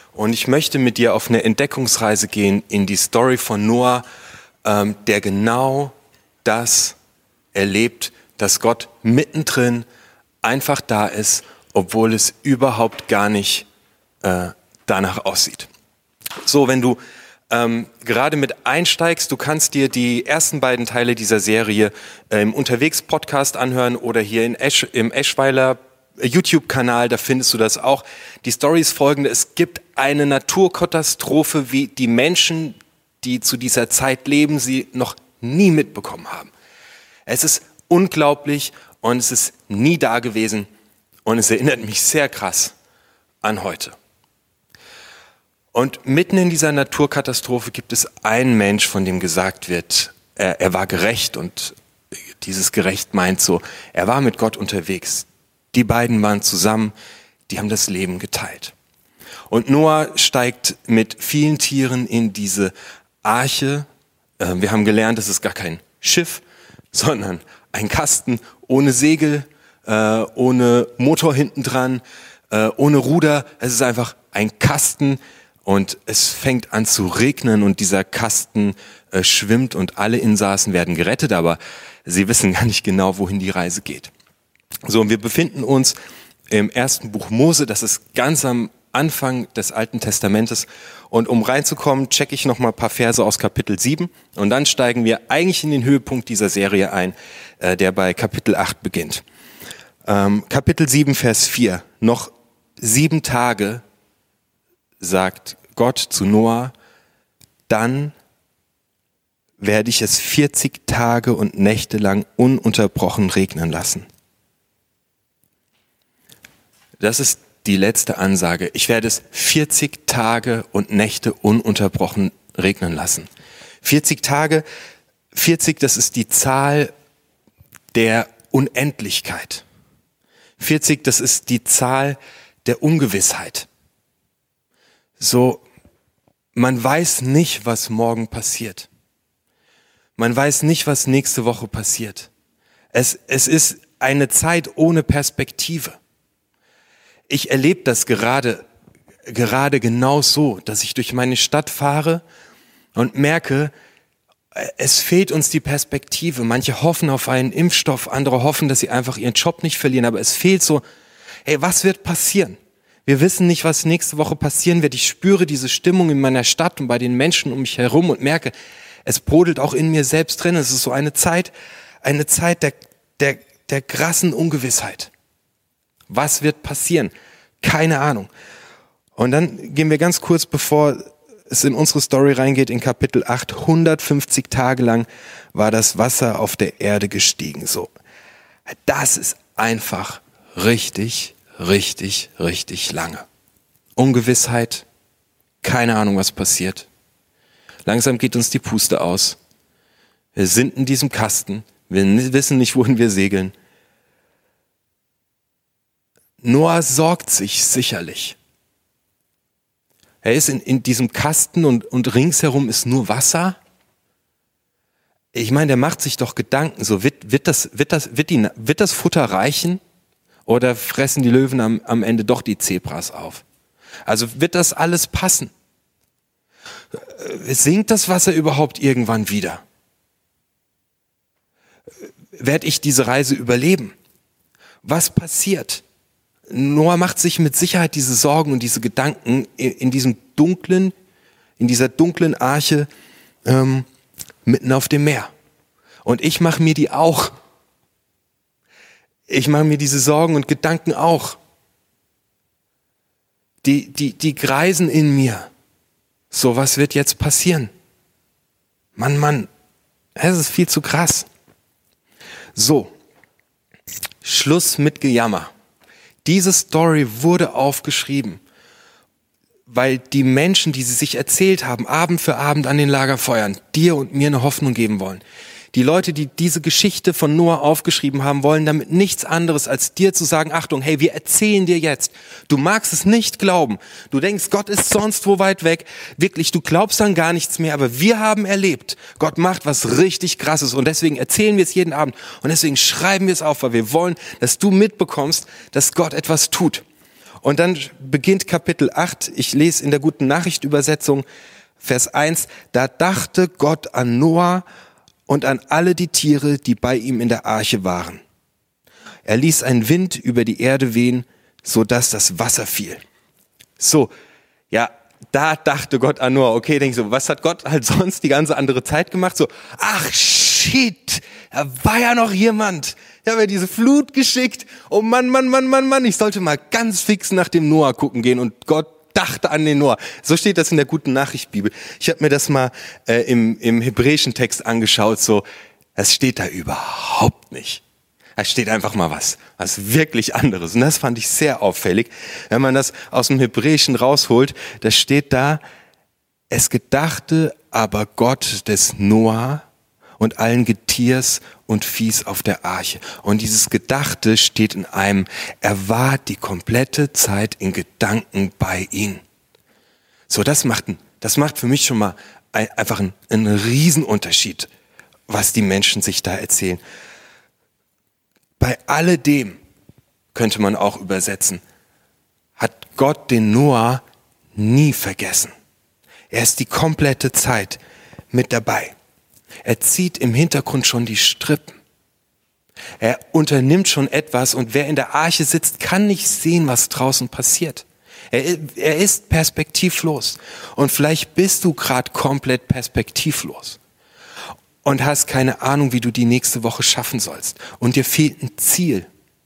Und ich möchte mit dir auf eine Entdeckungsreise gehen in die Story von Noah, der genau das erlebt, dass Gott mittendrin einfach da ist, obwohl es überhaupt gar nicht danach aussieht. So, wenn du gerade mit einsteigst, du kannst dir die ersten beiden Teile dieser Serie im Unterwegs-Podcast anhören oder hier im Eschweiler YouTube-Kanal, da findest du das auch. Die Story ist folgende: Es gibt eine Naturkatastrophe, wie die Menschen, die zu dieser Zeit leben, sie noch nie mitbekommen haben. Es ist unglaublich und es ist nie da gewesen und es erinnert mich sehr krass an heute. Und mitten in dieser Naturkatastrophe gibt es einen Mensch, von dem gesagt wird, er war gerecht, und dieses gerecht meint so, er war mit Gott unterwegs. Die beiden waren zusammen, die haben das Leben geteilt. Und Noah steigt mit vielen Tieren in diese Arche. Wir haben gelernt, es ist gar kein Schiff, sondern ein Kasten ohne Segel, ohne Motor hinten dran, ohne Ruder. Es ist einfach ein Kasten. Und es fängt an zu regnen und dieser Kasten schwimmt und alle Insassen werden gerettet, aber sie wissen gar nicht genau, wohin die Reise geht. So, und wir befinden uns im ersten Buch Mose, das ist ganz am Anfang des Alten Testamentes. Und um reinzukommen, checke ich noch mal ein paar Verse aus Kapitel 7 und dann steigen wir eigentlich in den Höhepunkt dieser Serie ein, der bei Kapitel 8 beginnt. Kapitel 7, Vers 4. Noch 7 Tage, sagt Gott zu Noah, dann werde ich es 40 Tage und Nächte lang ununterbrochen regnen lassen. Das ist die letzte Ansage. Ich werde es 40 Tage und Nächte ununterbrochen regnen lassen. 40 Tage, 40, das ist die Zahl der Unendlichkeit. 40, das ist die Zahl der Ungewissheit. So, man weiß nicht, was morgen passiert. Man weiß nicht, was nächste Woche passiert. Es ist eine Zeit ohne Perspektive. Ich erlebe das gerade genau so, dass ich durch meine Stadt fahre und merke, es fehlt uns die Perspektive. Manche hoffen auf einen Impfstoff, andere hoffen, dass sie einfach ihren Job nicht verlieren, aber es fehlt so, hey, was wird passieren? Wir wissen nicht, was nächste Woche passieren wird. Ich spüre diese Stimmung in meiner Stadt und bei den Menschen um mich herum und merke, es brodelt auch in mir selbst drin. Es ist so eine Zeit der krassen Ungewissheit. Was wird passieren? Keine Ahnung. Und dann gehen wir ganz kurz, bevor es in unsere Story reingeht, in Kapitel 8. 150 Tage lang war das Wasser auf der Erde gestiegen. So, das ist einfach richtig lange. Ungewissheit, keine Ahnung, was passiert. Langsam geht uns die Puste aus. Wir sind in diesem Kasten, wir wissen nicht, wohin wir segeln. Noah sorgt sich sicherlich. Er ist in diesem Kasten und ringsherum ist nur Wasser. Ich meine, der macht sich doch Gedanken, so wird das Futter reichen? Oder fressen die Löwen am Ende doch die Zebras auf? Also wird das alles passen? Sinkt das Wasser überhaupt irgendwann wieder? Werde ich diese Reise überleben? Was passiert? Noah macht sich mit Sicherheit diese Sorgen und diese Gedanken in dieser dunklen Arche mitten auf dem Meer. Und ich mache mir die auch. Ich mache mir diese Sorgen und Gedanken auch. Die kreisen in mir. So, was wird jetzt passieren? Mann, es ist viel zu krass. So, Schluss mit Gejammer. Diese Story wurde aufgeschrieben, weil die Menschen, die sie sich erzählt haben, Abend für Abend an den Lagerfeuern, dir und mir eine Hoffnung geben wollen. Die Leute, die diese Geschichte von Noah aufgeschrieben haben, wollen damit nichts anderes als dir zu sagen, Achtung, hey, wir erzählen dir jetzt. Du magst es nicht glauben. Du denkst, Gott ist sonst wo weit weg. Wirklich, du glaubst an gar nichts mehr. Aber wir haben erlebt, Gott macht was richtig Krasses. Und deswegen erzählen wir es jeden Abend. Und deswegen schreiben wir es auf, weil wir wollen, dass du mitbekommst, dass Gott etwas tut. Und dann beginnt Kapitel 8, ich lese in der Guten Nachricht Übersetzung, Vers 1, da dachte Gott an Noah und an alle die Tiere, die bei ihm in der Arche waren. Er ließ einen Wind über die Erde wehen, sodass das Wasser fiel. So, ja, da dachte Gott an Noah. Okay, denke ich so, was hat Gott halt sonst die ganze andere Zeit gemacht? So, ach shit, da war ja noch jemand. Ich habe ja diese Flut geschickt. Oh Mann, ich sollte mal ganz fix nach dem Noah gucken gehen und Gott dachte an den Noah. So steht das in der Guten Nachricht Bibel. Ich habe mir das mal im hebräischen Text angeschaut, so, das steht da überhaupt nicht. Da steht einfach mal was wirklich anderes. Und das fand ich sehr auffällig. Wenn man das aus dem Hebräischen rausholt, da steht da, es gedachte aber Gott des Noah und allen Getiers und Viehs auf der Arche. Und dieses Gedachte steht in einem, er war die komplette Zeit in Gedanken bei ihm. So, das macht für mich schon mal einfach einen Riesenunterschied, was die Menschen sich da erzählen. Bei alledem, könnte man auch übersetzen, hat Gott den Noah nie vergessen. Er ist die komplette Zeit mit dabei. Er zieht im Hintergrund schon die Strippen. Er unternimmt schon etwas und wer in der Arche sitzt, kann nicht sehen, was draußen passiert. Er ist perspektivlos. Und vielleicht bist du gerade komplett perspektivlos und hast keine Ahnung, wie du die nächste Woche schaffen sollst. Und dir fehlt ein Ziel.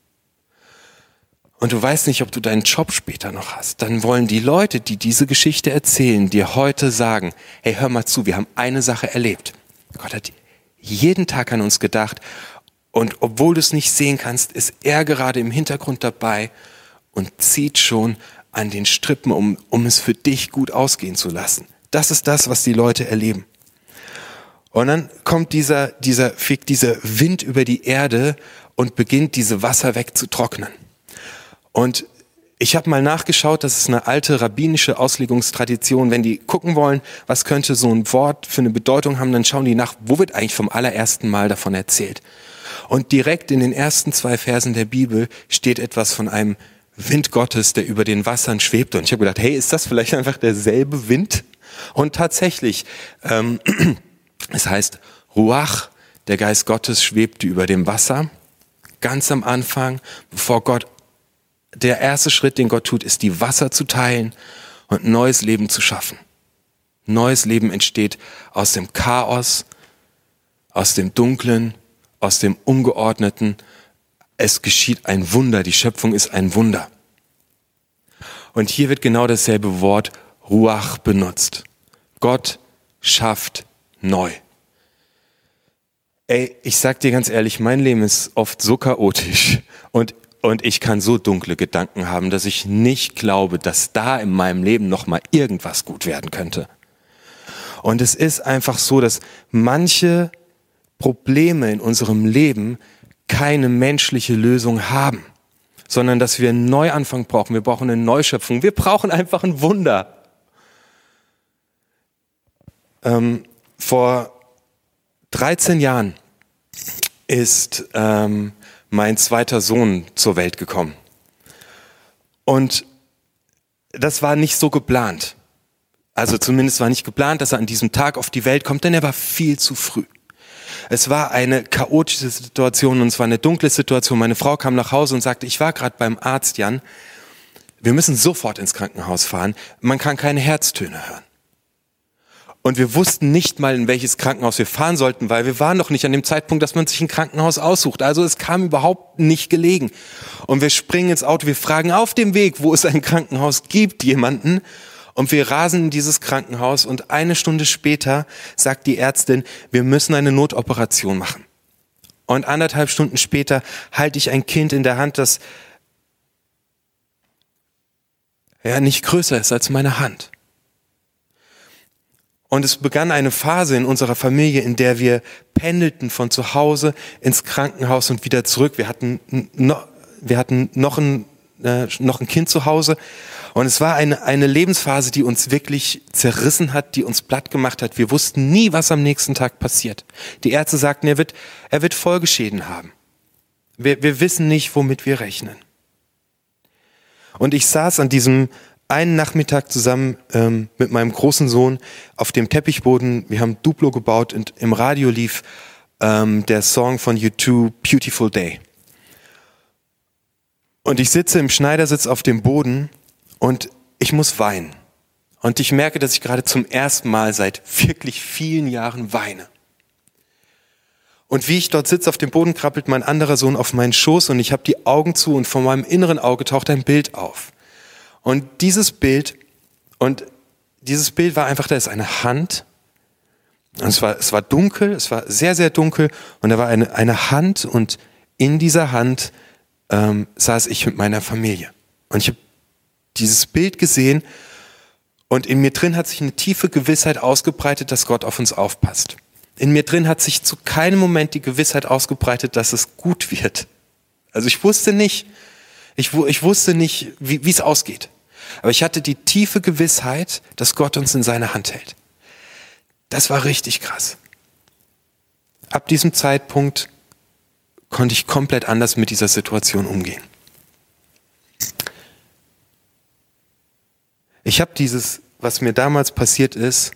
Und du weißt nicht, ob du deinen Job später noch hast. Dann wollen die Leute, die diese Geschichte erzählen, dir heute sagen, hey, hör mal zu, wir haben eine Sache erlebt. Gott hat jeden Tag an uns gedacht. Und obwohl du es nicht sehen kannst, ist er gerade im Hintergrund dabei und zieht schon an den Strippen, um es für dich gut ausgehen zu lassen. Das ist das, was die Leute erleben. Und dann kommt dieser Wind über die Erde und beginnt diese Wasser wegzutrocknen. Und ich habe mal nachgeschaut, das ist eine alte rabbinische Auslegungstradition. Wenn die gucken wollen, was könnte so ein Wort für eine Bedeutung haben, dann schauen die nach, wo wird eigentlich vom allerersten Mal davon erzählt. Und direkt in den ersten 2 Versen der Bibel steht etwas von einem Wind Gottes, der über den Wassern schwebt. Und ich habe gedacht, hey, ist das vielleicht einfach derselbe Wind? Und tatsächlich, es heißt Ruach, der Geist Gottes schwebte über dem Wasser. Ganz am Anfang, bevor Gott, der erste Schritt, den Gott tut, ist die Wasser zu teilen und neues Leben zu schaffen. Neues Leben entsteht aus dem Chaos, aus dem Dunklen, aus dem Ungeordneten. Es geschieht ein Wunder, die Schöpfung ist ein Wunder. Und hier wird genau dasselbe Wort Ruach benutzt. Gott schafft neu. Ey, ich sag dir ganz ehrlich, mein Leben ist oft so chaotisch und ich kann so dunkle Gedanken haben, dass ich nicht glaube, dass da in meinem Leben noch mal irgendwas gut werden könnte. Und es ist einfach so, dass manche Probleme in unserem Leben keine menschliche Lösung haben, sondern dass wir einen Neuanfang brauchen. Wir brauchen eine Neuschöpfung. Wir brauchen einfach ein Wunder. Vor 13 Jahren ist mein zweiter Sohn zur Welt gekommen. Und das war nicht so geplant. Also zumindest war nicht geplant, dass er an diesem Tag auf die Welt kommt, denn er war viel zu früh. Es war eine chaotische Situation und es war eine dunkle Situation. Meine Frau kam nach Hause und sagte, ich war gerade beim Arzt, Jan, wir müssen sofort ins Krankenhaus fahren. Man kann keine Herztöne hören. Und wir wussten nicht mal, in welches Krankenhaus wir fahren sollten, weil wir waren noch nicht an dem Zeitpunkt, dass man sich ein Krankenhaus aussucht. Also es kam überhaupt nicht gelegen. Und wir springen ins Auto, wir fragen auf dem Weg, wo es ein Krankenhaus gibt, jemanden. Und wir rasen in dieses Krankenhaus und 1 Stunde später sagt die Ärztin, wir müssen eine Notoperation machen. Und 1,5 Stunden später halte ich ein Kind in der Hand, das ja nicht größer ist als meine Hand. Und es begann eine Phase in unserer Familie, in der wir pendelten von zu Hause ins Krankenhaus und wieder zurück. Wir hatten noch ein Kind zu Hause. Und es war eine Lebensphase, die uns wirklich zerrissen hat, die uns platt gemacht hat. Wir wussten nie, was am nächsten Tag passiert. Die Ärzte sagten, er wird Folgeschäden haben. Wir wissen nicht, womit wir rechnen. Und ich saß an diesem einen Nachmittag zusammen mit meinem großen Sohn auf dem Teppichboden. Wir haben Duplo gebaut und im Radio lief der Song von U2, Beautiful Day. Und ich sitze im Schneidersitz auf dem Boden und ich muss weinen. Und ich merke, dass ich gerade zum ersten Mal seit wirklich vielen Jahren weine. Und wie ich dort sitze auf dem Boden, krabbelt mein anderer Sohn auf meinen Schoß und ich habe die Augen zu und vor meinem inneren Auge taucht ein Bild auf. Und dieses Bild war einfach, da ist eine Hand. Und es war dunkel, es war sehr, sehr dunkel und da war eine Hand und in dieser Hand saß ich mit meiner Familie. Und ich habe dieses Bild gesehen und in mir drin hat sich eine tiefe Gewissheit ausgebreitet, dass Gott auf uns aufpasst. In mir drin hat sich zu keinem Moment die Gewissheit ausgebreitet, dass es gut wird. Also ich wusste nicht, wie es ausgeht. Aber ich hatte die tiefe Gewissheit, dass Gott uns in seine Hand hält. Das war richtig krass. Ab diesem Zeitpunkt konnte ich komplett anders mit dieser Situation umgehen. Ich habe dieses, was mir damals passiert ist,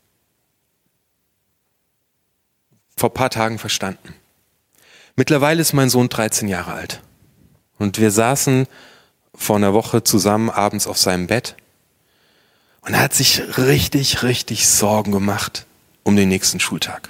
vor ein paar Tagen verstanden. Mittlerweile ist mein Sohn 13 Jahre alt. Und wir saßen vor einer Woche zusammen abends auf seinem Bett. Und er hat sich richtig, richtig Sorgen gemacht um den nächsten Schultag.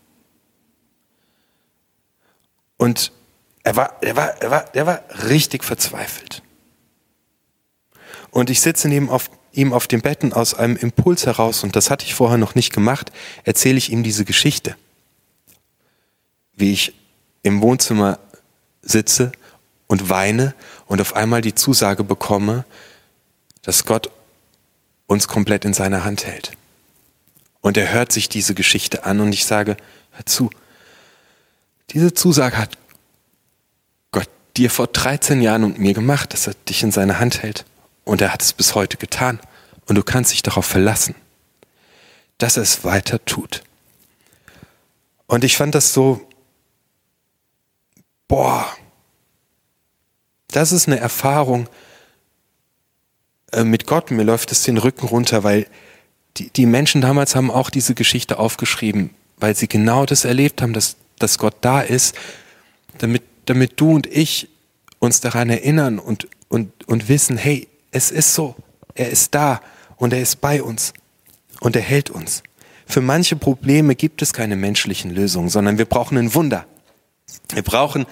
Und er war richtig verzweifelt. Und ich sitze neben ihm auf dem Bett und aus einem Impuls heraus, und das hatte ich vorher noch nicht gemacht, erzähle ich ihm diese Geschichte. Wie ich im Wohnzimmer sitze und weine und auf einmal die Zusage bekomme, dass Gott uns komplett in seiner Hand hält. Und er hört sich diese Geschichte an und ich sage, hör zu, diese Zusage hat Gott dir vor 13 Jahren und mir gemacht, dass er dich in seiner Hand hält. Und er hat es bis heute getan. Und du kannst dich darauf verlassen, dass er es weiter tut. Und ich fand das so, das ist eine Erfahrung mit Gott. Mir läuft es den Rücken runter, weil die Menschen damals haben auch diese Geschichte aufgeschrieben, weil sie genau das erlebt haben, dass Gott da ist, damit du und ich uns daran erinnern und wissen, hey, es ist so, er ist da und er ist bei uns und er hält uns. Für manche Probleme gibt es keine menschlichen Lösungen, sondern wir brauchen ein Wunder. Wir brauchen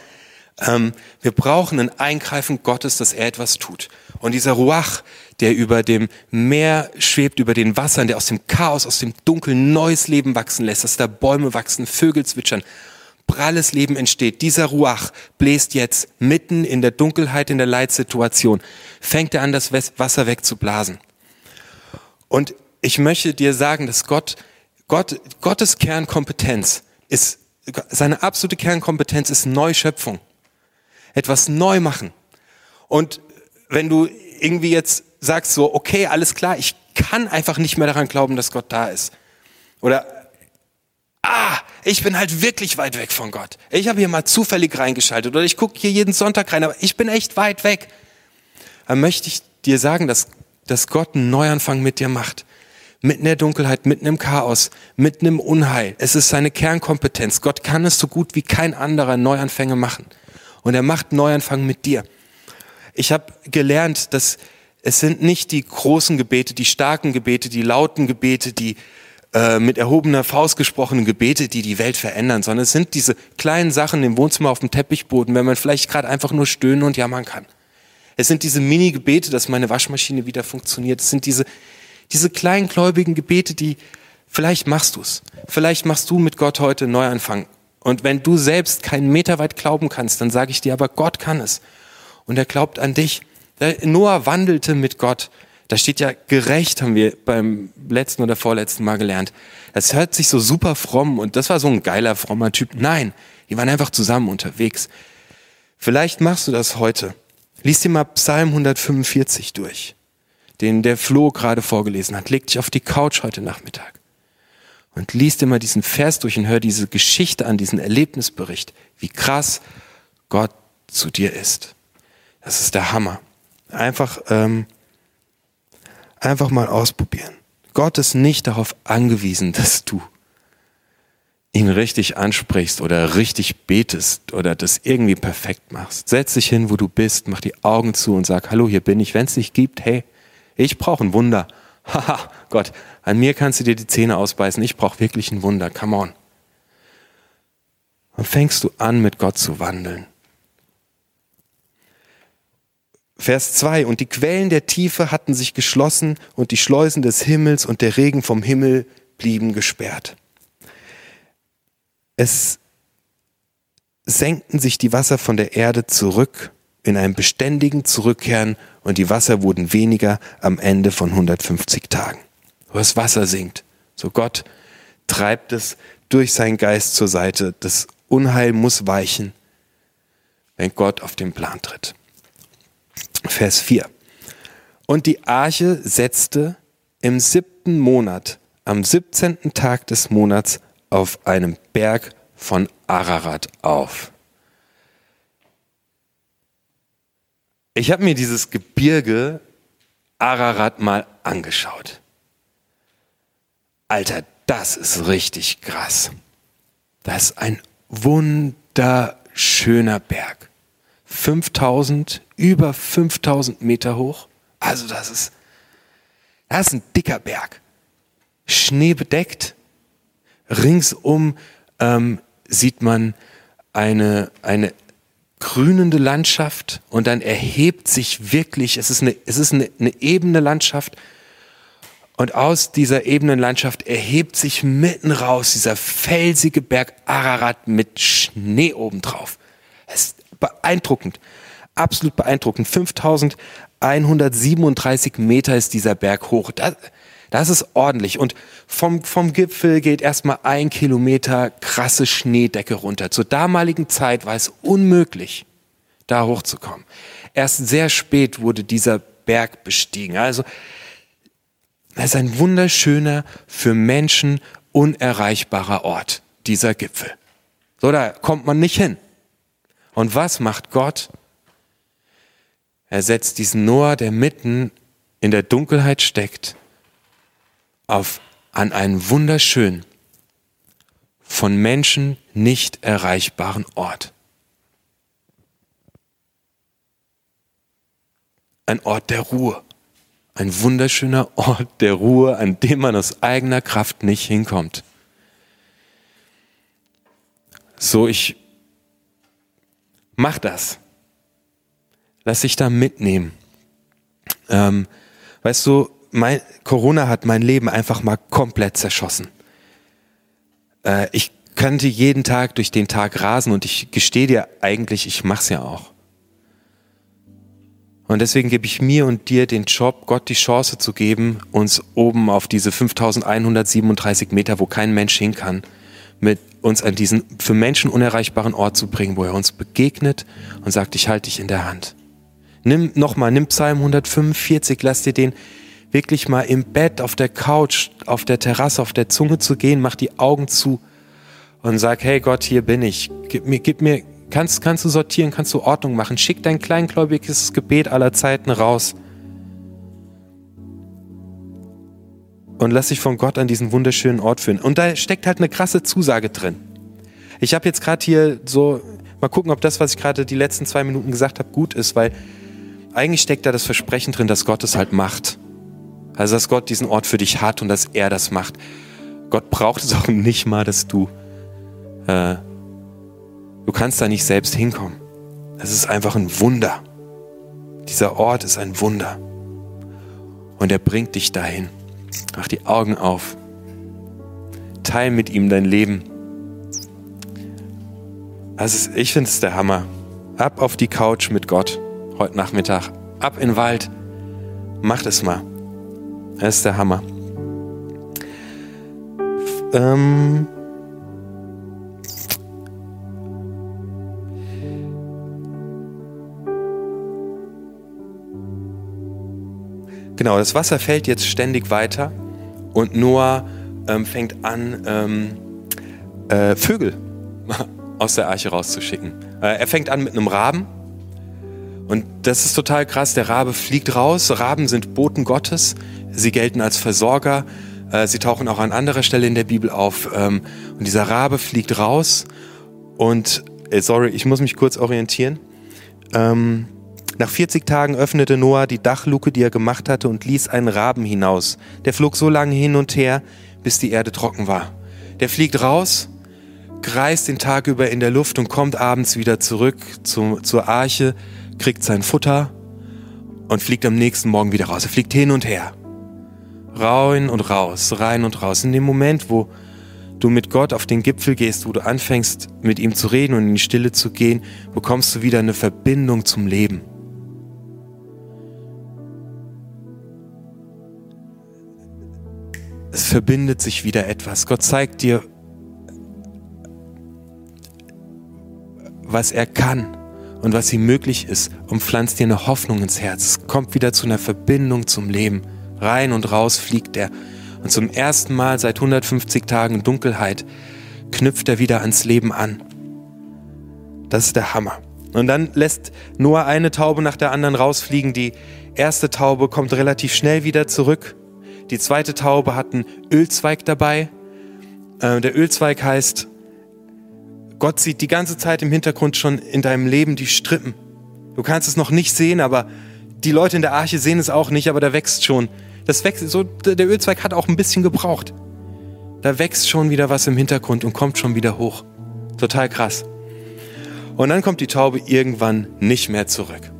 ein Eingreifen Gottes, dass er etwas tut. Und dieser Ruach, der über dem Meer schwebt, über den Wassern, der aus dem Chaos, aus dem Dunkel neues Leben wachsen lässt, dass da Bäume wachsen, Vögel zwitschern, pralles Leben entsteht. Dieser Ruach bläst jetzt mitten in der Dunkelheit, in der Leitsituation, fängt er an, das Wasser wegzublasen. Und ich möchte dir sagen, dass Gottes Kernkompetenz ist, seine absolute Kernkompetenz ist Neuschöpfung. Etwas neu machen. Und wenn du irgendwie jetzt sagst so, okay, alles klar, ich kann einfach nicht mehr daran glauben, dass Gott da ist. Oder, ich bin halt wirklich weit weg von Gott. Ich habe hier mal zufällig reingeschaltet oder ich gucke hier jeden Sonntag rein, aber ich bin echt weit weg. Dann möchte ich dir sagen, dass Gott einen Neuanfang mit dir macht. Mitten in der Dunkelheit, mitten im Chaos, mitten im Unheil. Es ist seine Kernkompetenz. Gott kann es so gut wie kein anderer Neuanfänge machen. Und er macht Neuanfang mit dir. Ich habe gelernt, dass es sind nicht die großen Gebete, die starken Gebete, die lauten Gebete, die mit erhobener Faust gesprochenen Gebete, die die Welt verändern, sondern es sind diese kleinen Sachen im Wohnzimmer auf dem Teppichboden, wenn man vielleicht gerade einfach nur stöhnen und jammern kann. Es sind diese Mini-Gebete, dass meine Waschmaschine wieder funktioniert. Es sind diese kleingläubigen Gebete, die, vielleicht machst du es. Vielleicht machst du mit Gott heute einen Neuanfang. Und wenn du selbst keinen Meter weit glauben kannst, dann sage ich dir, aber Gott kann es. Und er glaubt an dich. Noah wandelte mit Gott. Da steht ja gerecht, haben wir beim letzten oder vorletzten Mal gelernt. Das hört sich so super fromm und das war so ein geiler, frommer Typ. Nein, die waren einfach zusammen unterwegs. Vielleicht machst du das heute. Lies dir mal Psalm 145 durch, den der Flo gerade vorgelesen hat. Leg dich auf die Couch heute Nachmittag und lies dir mal diesen Vers durch und hör diese Geschichte an, diesen Erlebnisbericht, wie krass Gott zu dir ist. Das ist der Hammer. Einfach mal ausprobieren. Gott ist nicht darauf angewiesen, dass du ihn richtig ansprichst oder richtig betest oder das irgendwie perfekt machst. Setz dich hin, wo du bist, mach die Augen zu und sag, hallo, hier bin ich. Wenn es dich gibt, hey, ich brauche ein Wunder. Haha, Gott, an mir kannst du dir die Zähne ausbeißen. Ich brauche wirklich ein Wunder. Come on. Dann fängst du an, mit Gott zu wandeln. Vers 2, und die Quellen der Tiefe hatten sich geschlossen und die Schleusen des Himmels und der Regen vom Himmel blieben gesperrt. Es senkten sich die Wasser von der Erde zurück in einem beständigen Zurückkehren und die Wasser wurden weniger am Ende von 150 Tagen. So das Wasser sinkt. So Gott treibt es durch seinen Geist zur Seite. Das Unheil muss weichen, wenn Gott auf den Plan tritt. Vers 4. Und die Arche setzte im 7. Monat, am 17. Tag des Monats, auf einem Berg von Ararat auf. Ich habe mir dieses Gebirge Ararat mal angeschaut. Alter, das ist richtig krass. Das ist ein wunderschöner Berg. Über 5000 Meter hoch. Also das ist ein dicker Berg. Schneebedeckt. Ringsum sieht man eine grünende Landschaft und dann erhebt sich wirklich, es ist eine ebene Landschaft und aus dieser ebenen Landschaft erhebt sich mitten raus dieser felsige Berg Ararat mit Schnee obendrauf. Es ist beeindruckend, absolut beeindruckend. 5137 Meter ist dieser Berg hoch. Das ist ordentlich. Und vom Gipfel geht erstmal 1 Kilometer krasse Schneedecke runter. Zur damaligen Zeit war es unmöglich, da hochzukommen. Erst sehr spät wurde dieser Berg bestiegen. Also, es ist ein wunderschöner, für Menschen unerreichbarer Ort, dieser Gipfel. So, da kommt man nicht hin. Und was macht Gott? Er setzt diesen Noah, der mitten in der Dunkelheit steckt, an einen wunderschönen, von Menschen nicht erreichbaren Ort. Ein Ort der Ruhe. Ein wunderschöner Ort der Ruhe, an dem man aus eigener Kraft nicht hinkommt. So, ich mach das. Lass dich da mitnehmen. Weißt du, Corona hat mein Leben einfach mal komplett zerschossen. Ich könnte jeden Tag durch den Tag rasen und ich gestehe dir eigentlich, ich mach's ja auch. Und deswegen gebe ich mir und dir den Job, Gott die Chance zu geben, uns oben auf diese 5137 Meter, wo kein Mensch hin kann, mit uns an diesen für Menschen unerreichbaren Ort zu bringen, wo er uns begegnet und sagt, ich halte dich in der Hand. Nimm Psalm 145, lass dir den wirklich mal im Bett, auf der Couch, auf der Terrasse, auf der Zunge zu gehen, mach die Augen zu und sag, hey Gott, hier bin ich. Gib mir, kannst du sortieren, kannst du Ordnung machen. Schick dein kleingläubiges Gebet aller Zeiten raus. Und lass dich von Gott an diesen wunderschönen Ort führen. Und da steckt halt eine krasse Zusage drin. Ich habe jetzt gerade hier so, mal gucken, ob das, was ich gerade die letzten 2 Minuten gesagt habe, gut ist, weil eigentlich steckt da das Versprechen drin, dass Gott es halt macht. Also, dass Gott diesen Ort für dich hat und dass er das macht. Gott braucht es auch nicht mal, dass du kannst da nicht selbst hinkommen. Es ist einfach ein Wunder. Dieser Ort ist ein Wunder. Und er bringt dich dahin. Mach die Augen auf. Teil mit ihm dein Leben. Ich finde es der Hammer. Ab auf die Couch mit Gott heute Nachmittag. Ab in den Wald. Macht es mal. Das ist der Hammer. Genau, das Wasser fällt jetzt ständig weiter und Noah fängt an, Vögel aus der Arche rauszuschicken. Er fängt an mit einem Raben Und das ist total krass. Der Rabe fliegt raus. Raben sind Boten Gottes. Sie gelten als Versorger. Sie tauchen auch an anderer Stelle in der Bibel auf. Und dieser Rabe fliegt raus. Und, sorry, ich muss mich kurz orientieren. Nach 40 Tagen öffnete Noah die Dachluke, die er gemacht hatte, und ließ einen Raben hinaus. Der flog so lange hin und her, bis die Erde trocken war. Der fliegt raus, kreist den Tag über in der Luft und kommt abends wieder zurück zur Arche, kriegt sein Futter und fliegt am nächsten Morgen wieder raus. Er fliegt hin und her. Rein und raus, rein und raus. In dem Moment, wo du mit Gott auf den Gipfel gehst, wo du anfängst, mit ihm zu reden und in die Stille zu gehen, bekommst du wieder eine Verbindung zum Leben. Es verbindet sich wieder etwas. Gott zeigt dir, was er kann und was ihm möglich ist, und pflanzt dir eine Hoffnung ins Herz. Es kommt wieder zu einer Verbindung zum Leben. Rein und raus fliegt er. Und zum ersten Mal seit 150 Tagen Dunkelheit knüpft er wieder ans Leben an. Das ist der Hammer. Und dann lässt Noah eine Taube nach der anderen rausfliegen. Die erste Taube kommt relativ schnell wieder zurück. Die zweite Taube hat einen Ölzweig dabei. Der Ölzweig heißt, Gott sieht die ganze Zeit im Hintergrund schon in deinem Leben die Strippen. Du kannst es noch nicht sehen, aber die Leute in der Arche sehen es auch nicht, aber da wächst schon. Das wächst so, der Ölzweig hat auch ein bisschen gebraucht. Da wächst schon wieder was im Hintergrund und kommt schon wieder hoch. Total krass. Und dann kommt die Taube irgendwann nicht mehr zurück.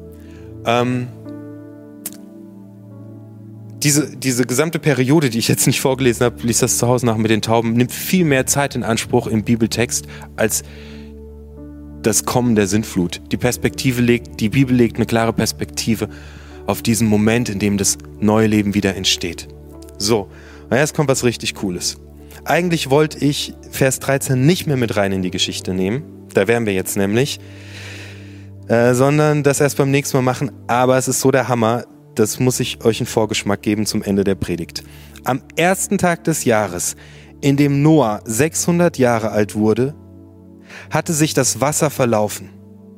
Diese gesamte Periode, die ich jetzt nicht vorgelesen habe, liest das zu Hause nach mit den Tauben, nimmt viel mehr Zeit in Anspruch im Bibeltext als das Kommen der Sintflut. Die Bibel legt eine klare Perspektive auf diesen Moment, in dem das neue Leben wieder entsteht. So, und jetzt kommt was richtig Cooles. Eigentlich wollte ich Vers 13 nicht mehr mit rein in die Geschichte nehmen, da wären wir jetzt nämlich, sondern das erst beim nächsten Mal machen, aber es ist so der Hammer, das muss ich euch einen Vorgeschmack geben zum Ende der Predigt. Am ersten Tag des Jahres, in dem Noah 600 Jahre alt wurde, hatte sich das Wasser verlaufen.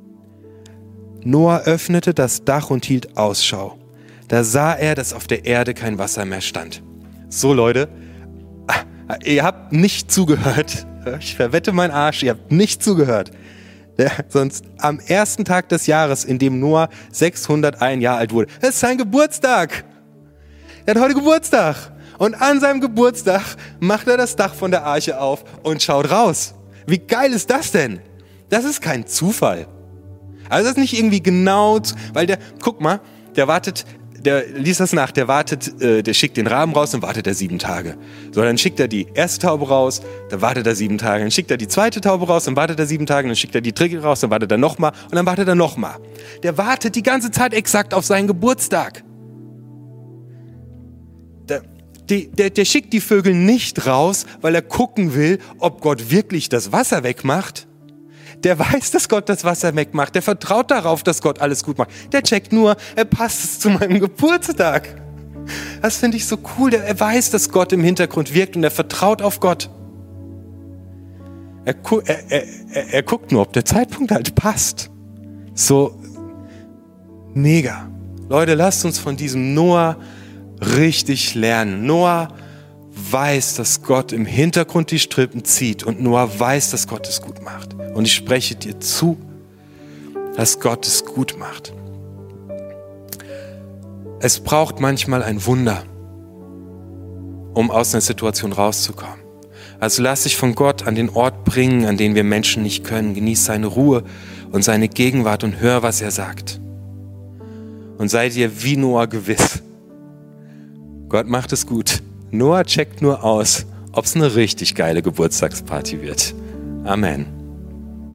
Noah öffnete das Dach und hielt Ausschau. Da sah er, dass auf der Erde kein Wasser mehr stand. So Leute, ihr habt nicht zugehört. Ich verwette meinen Arsch, ihr habt nicht zugehört. Ja, sonst am ersten Tag des Jahres, in dem Noah 601 Jahre alt wurde. Das ist sein Geburtstag. Er hat heute Geburtstag. Und an seinem Geburtstag macht er das Dach von der Arche auf und schaut raus. Wie geil ist das denn? Das ist kein Zufall. Also das ist nicht irgendwie genau, weil guck mal, der liest das nach, der schickt den Raben raus und wartet er 7 Tage. So, dann schickt er die erste Taube raus, dann wartet er 7 Tage. Dann schickt er die zweite Taube raus, dann wartet er 7 Tage. Dann schickt er die dritte raus, dann wartet er nochmal und dann wartet er nochmal. Der wartet die ganze Zeit exakt auf seinen Geburtstag. Der schickt die Vögel nicht raus, weil er gucken will, ob Gott wirklich das Wasser wegmacht. Der weiß, dass Gott das Wasser wegmacht. Der vertraut darauf, dass Gott alles gut macht. Der checkt nur, passt es zu meinem Geburtstag. Das finde ich so cool. Er weiß, dass Gott im Hintergrund wirkt und er vertraut auf Gott. Er guckt nur, ob der Zeitpunkt halt passt. So mega. Leute, lasst uns von diesem Noah richtig lernen. Noah weiß, dass Gott im Hintergrund die Strippen zieht und Noah weiß, dass Gott es gut macht. Und ich spreche dir zu, dass Gott es gut macht. Es braucht manchmal ein Wunder, um aus einer Situation rauszukommen. Also lass dich von Gott an den Ort bringen, an den wir Menschen nicht können. Genieß seine Ruhe und seine Gegenwart und hör, was er sagt. Und sei dir wie Noah gewiss. Gott macht es gut. Noah checkt nur aus, ob es eine richtig geile Geburtstagsparty wird. Amen.